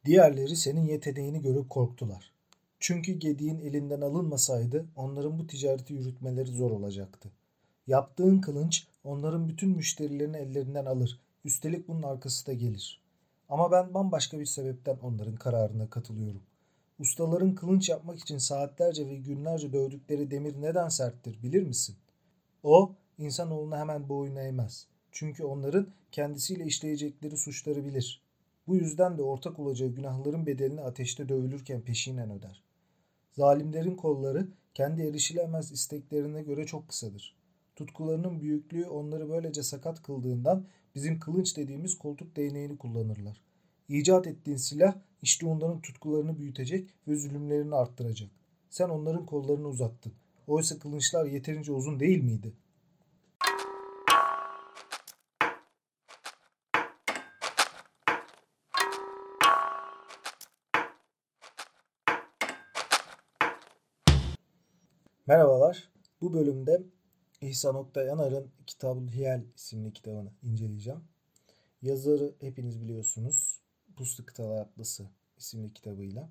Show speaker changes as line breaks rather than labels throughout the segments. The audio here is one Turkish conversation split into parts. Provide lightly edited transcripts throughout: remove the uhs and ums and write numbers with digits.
Diğerleri senin yeteneğini görüp korktular. Çünkü gediğin elinden alınmasaydı onların bu ticareti yürütmeleri zor olacaktı. Yaptığın kılınç onların bütün müşterilerini ellerinden alır. Üstelik bunun arkası da gelir. Ama ben bambaşka bir sebepten onların kararına katılıyorum. Ustaların kılınç yapmak için saatlerce ve günlerce dövdükleri demir neden serttir bilir misin? O, insanoğluna hemen boyun eğmez. Çünkü onların kendisiyle işleyecekleri suçları bilir. Bu yüzden de ortak olacağı günahların bedelini ateşte dövülürken peşinen öder. Zalimlerin kolları kendi erişilemez isteklerine göre çok kısadır. Tutkularının büyüklüğü onları böylece sakat kıldığından bizim kılınç dediğimiz koltuk değneğini kullanırlar. İcat ettiğin silah işte onların tutkularını büyütecek ve zulümlerini arttıracak. Sen onların kollarını uzattın. Oysa kılınçlar yeterince uzun değil miydi? Merhabalar. Bu bölümde İhsan Oktay Yanar'ın Kitab-ı Hiyal isimli kitabını inceleyeceğim. Yazarı hepiniz biliyorsunuz. Puslu Kıtalar Atlası isimli kitabıyla.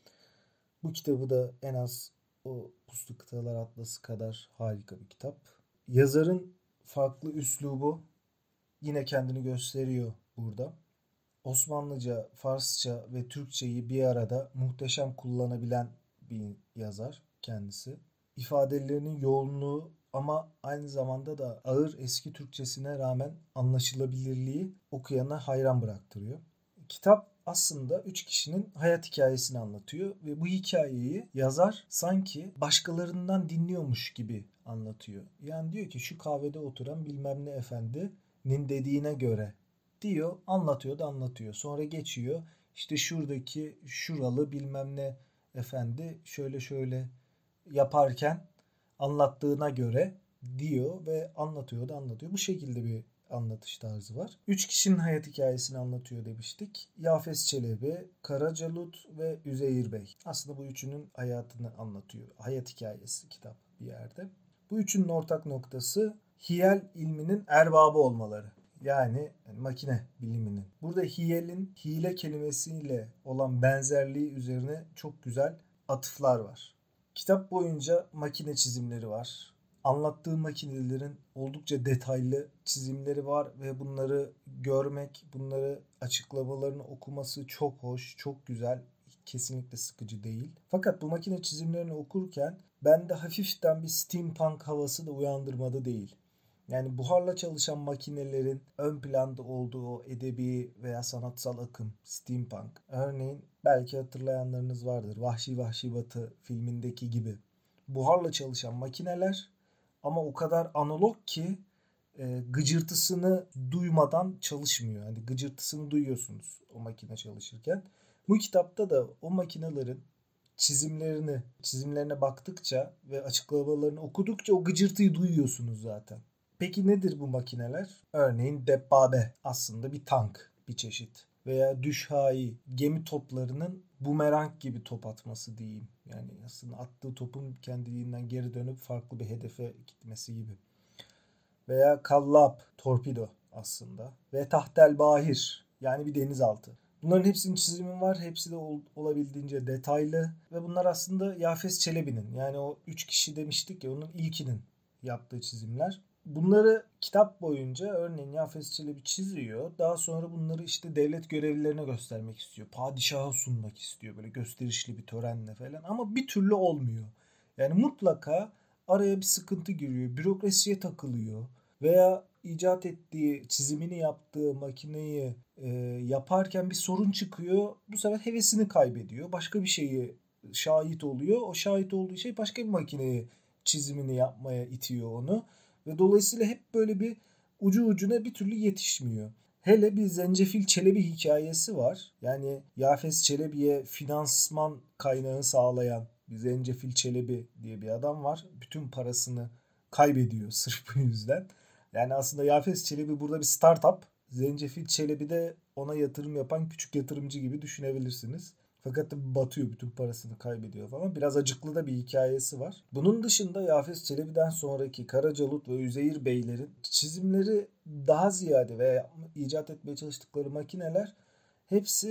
Bu kitabı da en az o Puslu Kıtalar Atlası kadar harika bir kitap. Yazarın farklı üslubu yine kendini gösteriyor burada. Osmanlıca, Farsça ve Türkçeyi bir arada muhteşem kullanabilen bir yazar kendisi. İfadelerinin yoğunluğu ama aynı zamanda da ağır eski Türkçesine rağmen anlaşılabilirliği okuyana hayran bıraktırıyor. Kitap aslında 3 kişinin hayat hikayesini anlatıyor ve bu hikayeyi yazar sanki başkalarından dinliyormuş gibi anlatıyor. Yani diyor ki şu kahvede oturan bilmem ne efendinin dediğine göre diyor, anlatıyor da anlatıyor. Sonra geçiyor işte şuradaki şuralı bilmem ne efendi şöyle şöyle yaparken anlattığına göre diyor ve anlatıyor da anlatıyor. Bu şekilde bir anlatış tarzı var. 3 kişinin hayat hikayesini anlatıyor demiştik. Yafes Çelebi, Karacalut ve Üzeyir Bey. Aslında bu üçünün hayatını anlatıyor. Hayat hikayesi kitap bir yerde. Bu üçünün ortak noktası hiyal ilminin erbabı olmaları. Yani makine biliminin. Burada hiyelin hile kelimesiyle olan benzerliği üzerine çok güzel atıflar var. Kitap boyunca makine çizimleri var. Anlattığı makinelerin oldukça detaylı çizimleri var ve bunları görmek, bunları açıklamalarını okuması çok hoş, çok güzel. Kesinlikle sıkıcı değil. Fakat bu makine çizimlerini okurken bende hafiften bir steampunk havası da uyandırmadı değil. Yani buharla çalışan makinelerin ön planda olduğu o edebi veya sanatsal akım, steampunk. Örneğin belki hatırlayanlarınız vardır. Vahşi Vahşi Batı filmindeki gibi. Buharla çalışan makineler ama o kadar analog ki gıcırtısını duymadan çalışmıyor. Hani gıcırtısını duyuyorsunuz o makine çalışırken. Bu kitapta da o makinelerin çizimlerine baktıkça ve açıklamalarını okudukça o gıcırtıyı duyuyorsunuz zaten. Peki nedir bu makineler? Örneğin Debbabe aslında bir tank bir çeşit. Veya Düşhai gemi toplarının bumerang gibi top atması diyeyim. Yani aslında attığı topun kendiliğinden geri dönüp farklı bir hedefe gitmesi gibi. Veya Kallab torpido aslında. Ve Tahtel Bahir yani bir denizaltı. Bunların hepsinin çizimi var. Hepsi de olabildiğince detaylı. Ve bunlar aslında Yafes Çelebi'nin yani o 3 kişi demiştik ya onun ilkinin yaptığı çizimler. Bunları kitap boyunca örneğin Yafes Çelebi çiziyor. Daha sonra bunları işte devlet görevlilerine göstermek istiyor. Padişaha sunmak istiyor böyle gösterişli bir törenle falan. Ama bir türlü olmuyor. Yani mutlaka araya bir sıkıntı giriyor. Bürokrasiye takılıyor. Veya icat ettiği, çizimini yaptığı makineyi yaparken bir sorun çıkıyor. Bu sefer hevesini kaybediyor. Başka bir şeyi şahit oluyor. O şahit olduğu şey başka bir makineyi çizimini yapmaya itiyor onu. Ve dolayısıyla hep böyle bir ucu ucuna bir türlü yetişmiyor. Hele bir Zencefil Çelebi hikayesi var. Yani Yafes Çelebi'ye finansman kaynağı sağlayan bir Zencefil Çelebi diye bir adam var. Bütün parasını kaybediyor sırf bu yüzden. Yani aslında Yafes Çelebi burada bir startup. Zencefil Çelebi de ona yatırım yapan küçük yatırımcı gibi düşünebilirsiniz. Fakat tabii batıyor, bütün parasını kaybediyor falan. Biraz acıklı da bir hikayesi var. Bunun dışında Yafes Çelebi'den sonraki Karacalut ve Üzeyir Beylerin çizimleri daha ziyade veya icat etmeye çalıştıkları makineler hepsi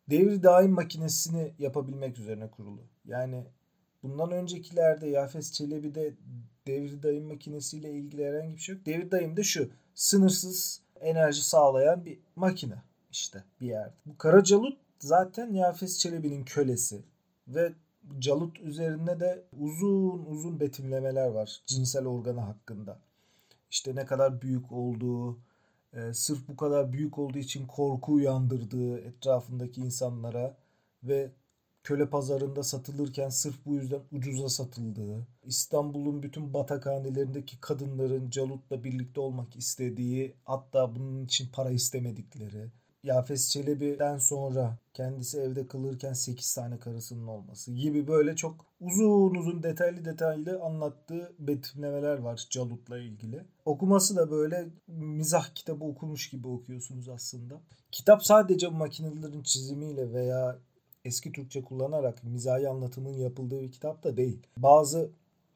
devri daim makinesini yapabilmek üzerine kurulu. Yani bundan öncekilerde Yafes Çelebi'de devri daim makinesiyle ilgili herhangi bir şey yok. Devri daim de şu: sınırsız enerji sağlayan bir makine işte bir yerde. Bu Kara Calut zaten Yafes Çelebi'nin kölesi ve Calut üzerinde de uzun uzun betimlemeler var cinsel organı hakkında. İşte ne kadar büyük olduğu, sırf bu kadar büyük olduğu için korku uyandırdığı etrafındaki insanlara ve köle pazarında satılırken sırf bu yüzden ucuza satıldığı, İstanbul'un bütün batakhanelerindeki kadınların Calut'la birlikte olmak istediği, hatta bunun için para istemedikleri, Yafes Çelebi'den sonra kendisi evde kalırken 8 tane karısının olması gibi böyle çok uzun uzun detaylı anlattığı betimlemeler var Calut'la ilgili. Okuması da böyle mizah kitabı okumuş gibi okuyorsunuz aslında. Kitap sadece makinelerin çizimiyle veya eski Türkçe kullanarak mizahi anlatımın yapıldığı bir kitap da değil. Bazı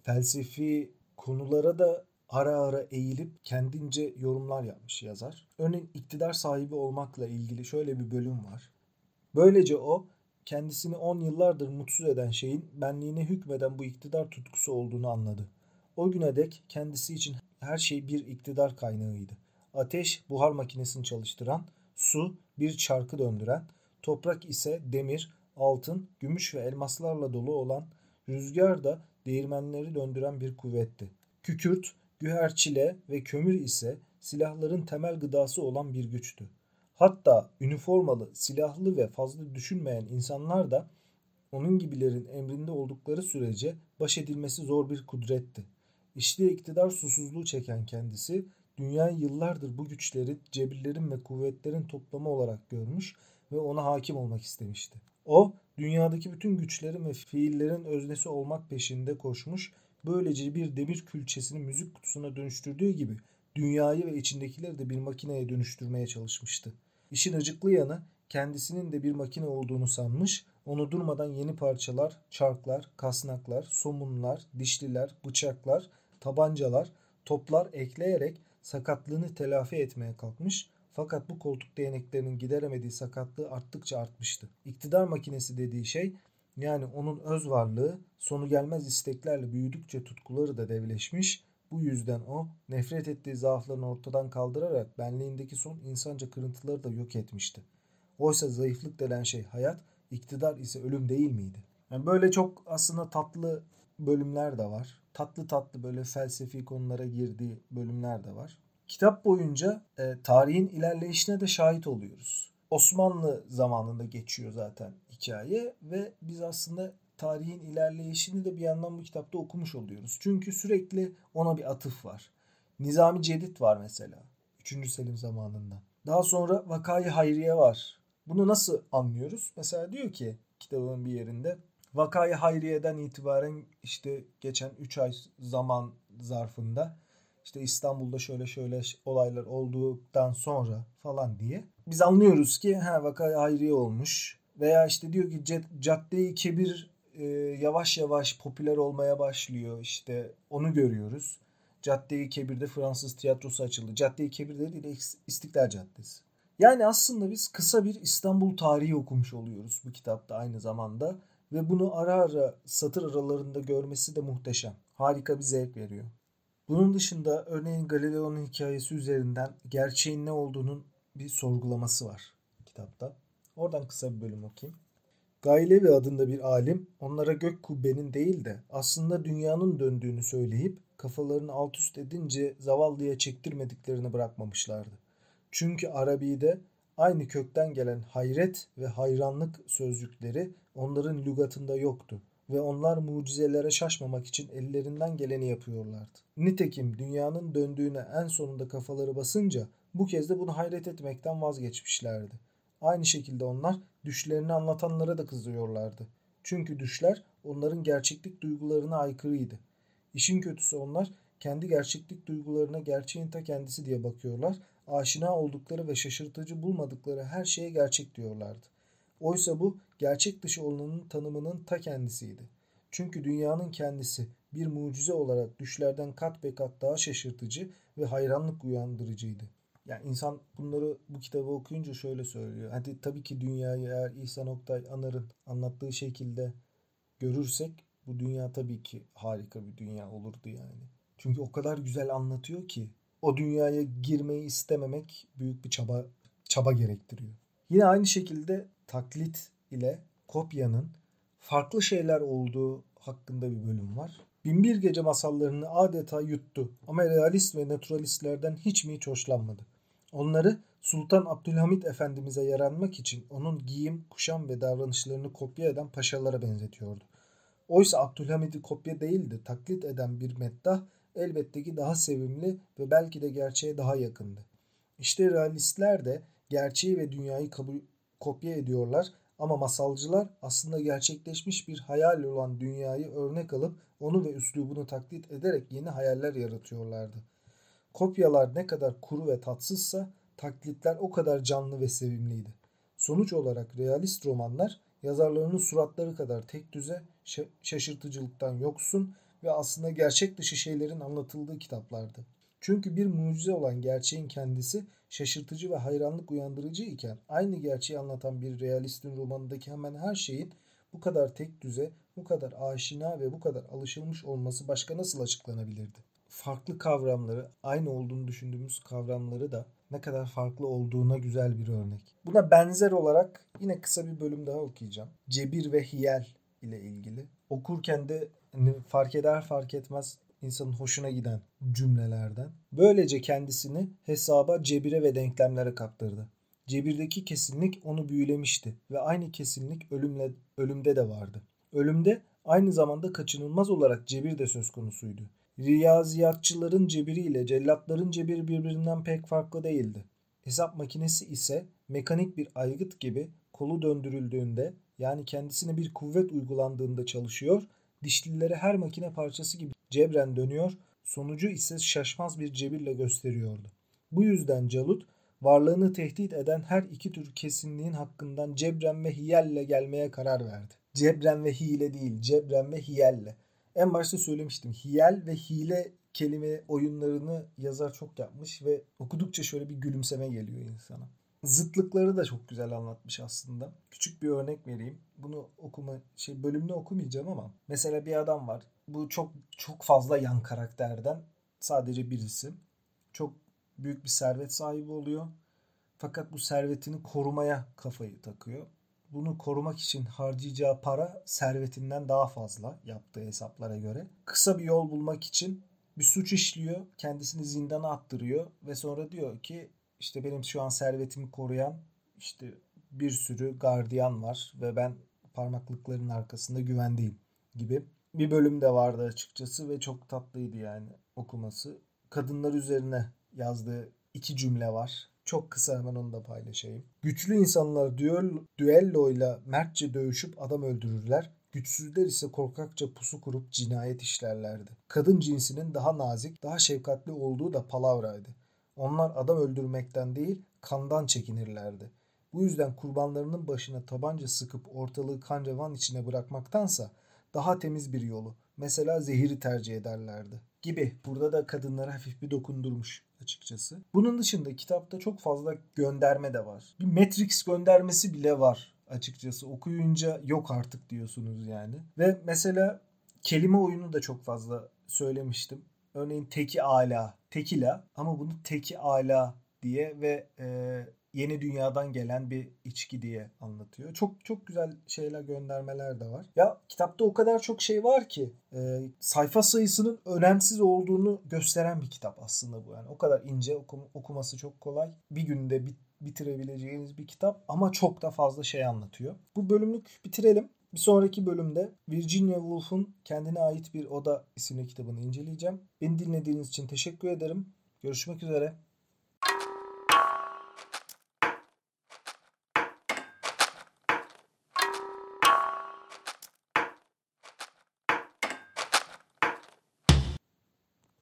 felsefi konulara da ara ara eğilip kendince yorumlar yapmış yazar. Örneğin iktidar sahibi olmakla ilgili şöyle bir bölüm var. Böylece o kendisini 10 yıllardır mutsuz eden şeyin benliğine hükmeden bu iktidar tutkusu olduğunu anladı. O güne dek kendisi için her şey bir iktidar kaynağıydı. Ateş buhar makinesini çalıştıran, su bir çarkı döndüren, toprak ise demir, altın, gümüş ve elmaslarla dolu olan, rüzgar da değirmenleri döndüren bir kuvvetti. Kükürt, güherçile ve kömür ise silahların temel gıdası olan bir güçtü. Hatta üniformalı, silahlı ve fazla düşünmeyen insanlar da onun gibilerin emrinde oldukları sürece baş edilmesi zor bir kudretti. İşte iktidar susuzluğu çeken kendisi, dünyayı yıllardır bu güçlerin, cebirlerin ve kuvvetlerin toplamı olarak görmüş ve ona hakim olmak istemişti. O, dünyadaki bütün güçlerin ve fiillerin öznesi olmak peşinde koşmuş, böylece bir demir külçesini müzik kutusuna dönüştürdüğü gibi dünyayı ve içindekileri de bir makineye dönüştürmeye çalışmıştı. İşin acıklı yanı, kendisinin de bir makine olduğunu sanmış, onu durmadan yeni parçalar, çarklar, kasnaklar, somunlar, dişliler, bıçaklar, tabancalar, toplar ekleyerek sakatlığını telafi etmeye kalkmış. Fakat bu koltuk değneklerinin gideremediği sakatlığı arttıkça artmıştı. İktidar makinesi dediği şey, yani onun öz varlığı, sonu gelmez isteklerle büyüdükçe tutkuları da devleşmiş. Bu yüzden o nefret ettiği zaaflarını ortadan kaldırarak benliğindeki son insanca kırıntıları da yok etmişti. Oysa zayıflık denen şey hayat, iktidar ise ölüm değil miydi? Yani böyle çok aslında tatlı bölümler de var. Tatlı tatlı böyle felsefi konulara girdiği bölümler de var. Kitap boyunca tarihin ilerleyişine de şahit oluyoruz. Osmanlı zamanında geçiyor zaten hikaye ve biz aslında tarihin ilerleyişini de bir yandan bu kitapta okumuş oluyoruz. Çünkü sürekli ona bir atıf var. Nizami Cedid var mesela 3. Selim zamanında. Daha sonra Vakayı Hayriye var. Bunu nasıl anlıyoruz? Mesela diyor ki kitabın bir yerinde Vakayı Hayriye'den itibaren işte geçen 3 ay zaman zarfında işte İstanbul'da şöyle şöyle olaylar olduktan sonra falan diye biz anlıyoruz ki Vakayı Hayriye olmuş. Veya işte diyor ki Cadde-i Kebir yavaş yavaş popüler olmaya başlıyor. İşte onu görüyoruz. Cadde-i Kebir'de Fransız tiyatrosu açıldı. Cadde-i Kebir'de değil, İstiklal Caddesi. Yani aslında biz kısa bir İstanbul tarihi okumuş oluyoruz bu kitapta aynı zamanda. Ve bunu ara ara satır aralarında görmesi de muhteşem. Harika bir zevk veriyor. Bunun dışında örneğin Galileo'nun hikayesi üzerinden gerçeğin ne olduğunun bir sorgulaması var kitapta. Oradan kısa bir bölüm okuyayım. Gailevi adında bir alim onlara gök kubbenin değil de aslında dünyanın döndüğünü söyleyip kafalarını alt üst edince zavallıya çektirmediklerini bırakmamışlardı. Çünkü Arabi'de aynı kökten gelen hayret ve hayranlık sözcükleri onların lügatında yoktu ve onlar mucizelere şaşmamak için ellerinden geleni yapıyorlardı. Nitekim dünyanın döndüğüne en sonunda kafaları basınca bu kez de bunu hayret etmekten vazgeçmişlerdi. Aynı şekilde onlar düşlerini anlatanlara da kızıyorlardı. Çünkü düşler onların gerçeklik duygularına aykırıydı. İşin kötüsü onlar kendi gerçeklik duygularına gerçeğin ta kendisi diye bakıyorlar. Aşina oldukları ve şaşırtıcı bulmadıkları her şeye gerçek diyorlardı. Oysa bu gerçek dışı olanın tanımının ta kendisiydi. Çünkü dünyanın kendisi bir mucize olarak düşlerden kat be kat daha şaşırtıcı ve hayranlık uyandırıcıydı. Yani insan bunları bu kitabı okuyunca şöyle söylüyor. Hadi tabii ki dünyayı eğer İhsan Oktay Anar'ın anlattığı şekilde görürsek bu dünya tabii ki harika bir dünya olurdu yani. Çünkü o kadar güzel anlatıyor ki o dünyaya girmeyi istememek büyük bir çaba gerektiriyor. Yine aynı şekilde taklit ile kopyanın farklı şeyler olduğu hakkında bir bölüm var. Binbir Gece masallarını adeta yuttu ama realist ve naturalistlerden hiç mi hiç hoşlanmadı. Onları Sultan Abdülhamit Efendimiz'e yaranmak için onun giyim, kuşam ve davranışlarını kopya eden paşalara benzetiyordu. Oysa Abdülhamid'i kopya değil de taklit eden bir meddah elbette ki daha sevimli ve belki de gerçeğe daha yakındı. İşte realistler de gerçeği ve dünyayı kopya ediyorlar ama masalcılar aslında gerçekleşmiş bir hayal olan dünyayı örnek alıp onu ve üslubunu taklit ederek yeni hayaller yaratıyorlardı. Kopyalar ne kadar kuru ve tatsızsa taklitler o kadar canlı ve sevimliydi. Sonuç olarak realist romanlar yazarlarının suratları kadar tekdüze, şaşırtıcılıktan yoksun ve aslında gerçek dışı şeylerin anlatıldığı kitaplardı. Çünkü bir mucize olan gerçeğin kendisi şaşırtıcı ve hayranlık uyandırıcı iken aynı gerçeği anlatan bir realistin romanındaki hemen her şeyin bu kadar tekdüze, bu kadar aşina ve bu kadar alışılmış olması başka nasıl açıklanabilirdi? Farklı kavramları, aynı olduğunu düşündüğümüz kavramları da ne kadar farklı olduğuna güzel bir örnek. Buna benzer olarak yine kısa bir bölüm daha okuyacağım. Cebir ve hiyel ile ilgili. Okurken de hani fark eder fark etmez insanın hoşuna giden cümlelerden. Böylece kendisini hesaba, cebire ve denklemlere kaptırdı. Cebirdeki kesinlik onu büyülemişti ve aynı kesinlik ölümde de vardı. Ölümde aynı zamanda kaçınılmaz olarak cebir de söz konusuydu. Riyaziyatçıların cebiriyle cellatların cebiri birbirinden pek farklı değildi. Hesap makinesi ise mekanik bir aygıt gibi kolu döndürüldüğünde yani kendisine bir kuvvet uygulandığında çalışıyor, dişlileri her makine parçası gibi cebren dönüyor, sonucu ise şaşmaz bir cebirle gösteriyordu. Bu yüzden Calut, varlığını tehdit eden her iki tür kesinliğin hakkından cebren ve hiyelle gelmeye karar verdi. Cebren ve hile değil, cebren ve hiyelle. En başta söylemiştim. Hiyel ve hile kelime oyunlarını yazar çok yapmış ve okudukça şöyle bir gülümseme geliyor insana. Zıtlıkları da çok güzel anlatmış aslında. Küçük bir örnek vereyim. Bunu bölümde okumayacağım ama mesela bir adam var. Bu çok çok fazla yan karakterden sadece birisi. Çok büyük bir servet sahibi oluyor. Fakat bu servetini korumaya kafayı takıyor. Bunu korumak için harcayacağı para servetinden daha fazla yaptığı hesaplara göre. Kısa bir yol bulmak için bir suç işliyor, kendisini zindana attırıyor ve sonra diyor ki işte benim şu an servetimi koruyan işte bir sürü gardiyan var ve ben parmaklıkların arkasında güvendeyim gibi bir bölüm de vardı açıkçası ve çok tatlıydı yani okuması. Kadınlar üzerine yazdığı iki cümle var. Çok kısa hemen onu da paylaşayım. Güçlü insanlar düelloyla mertçe dövüşüp adam öldürürler. Güçsüzler ise korkakça pusu kurup cinayet işlerlerdi. Kadın cinsinin daha nazik, daha şefkatli olduğu da palavraydı. Onlar adam öldürmekten değil, kandan çekinirlerdi. Bu yüzden kurbanlarının başına tabanca sıkıp ortalığı kan revan içine bırakmaktansa daha temiz bir yolu, mesela zehiri tercih ederlerdi gibi. Burada da kadınlara hafif bir dokundurmuş açıkçası. Bunun dışında kitapta çok fazla gönderme de var. Bir Matrix göndermesi bile var açıkçası. Okuyunca yok artık diyorsunuz yani. Ve mesela kelime oyunu da çok fazla söylemiştim. Örneğin teki ala, tekila ama bunu teki ala diye ve yeni dünyadan gelen bir içki diye anlatıyor. Çok çok güzel şeyler, göndermeler de var. Ya kitapta o kadar çok şey var ki sayfa sayısının önemsiz olduğunu gösteren bir kitap aslında bu. Yani o kadar ince, okuması çok kolay. Bir günde bitirebileceğiniz bir kitap ama çok da fazla şey anlatıyor. Bu bölümlük bitirelim. Bir sonraki bölümde Virginia Woolf'un Kendine Ait Bir Oda isimli kitabını inceleyeceğim. Beni dinlediğiniz için teşekkür ederim. Görüşmek üzere.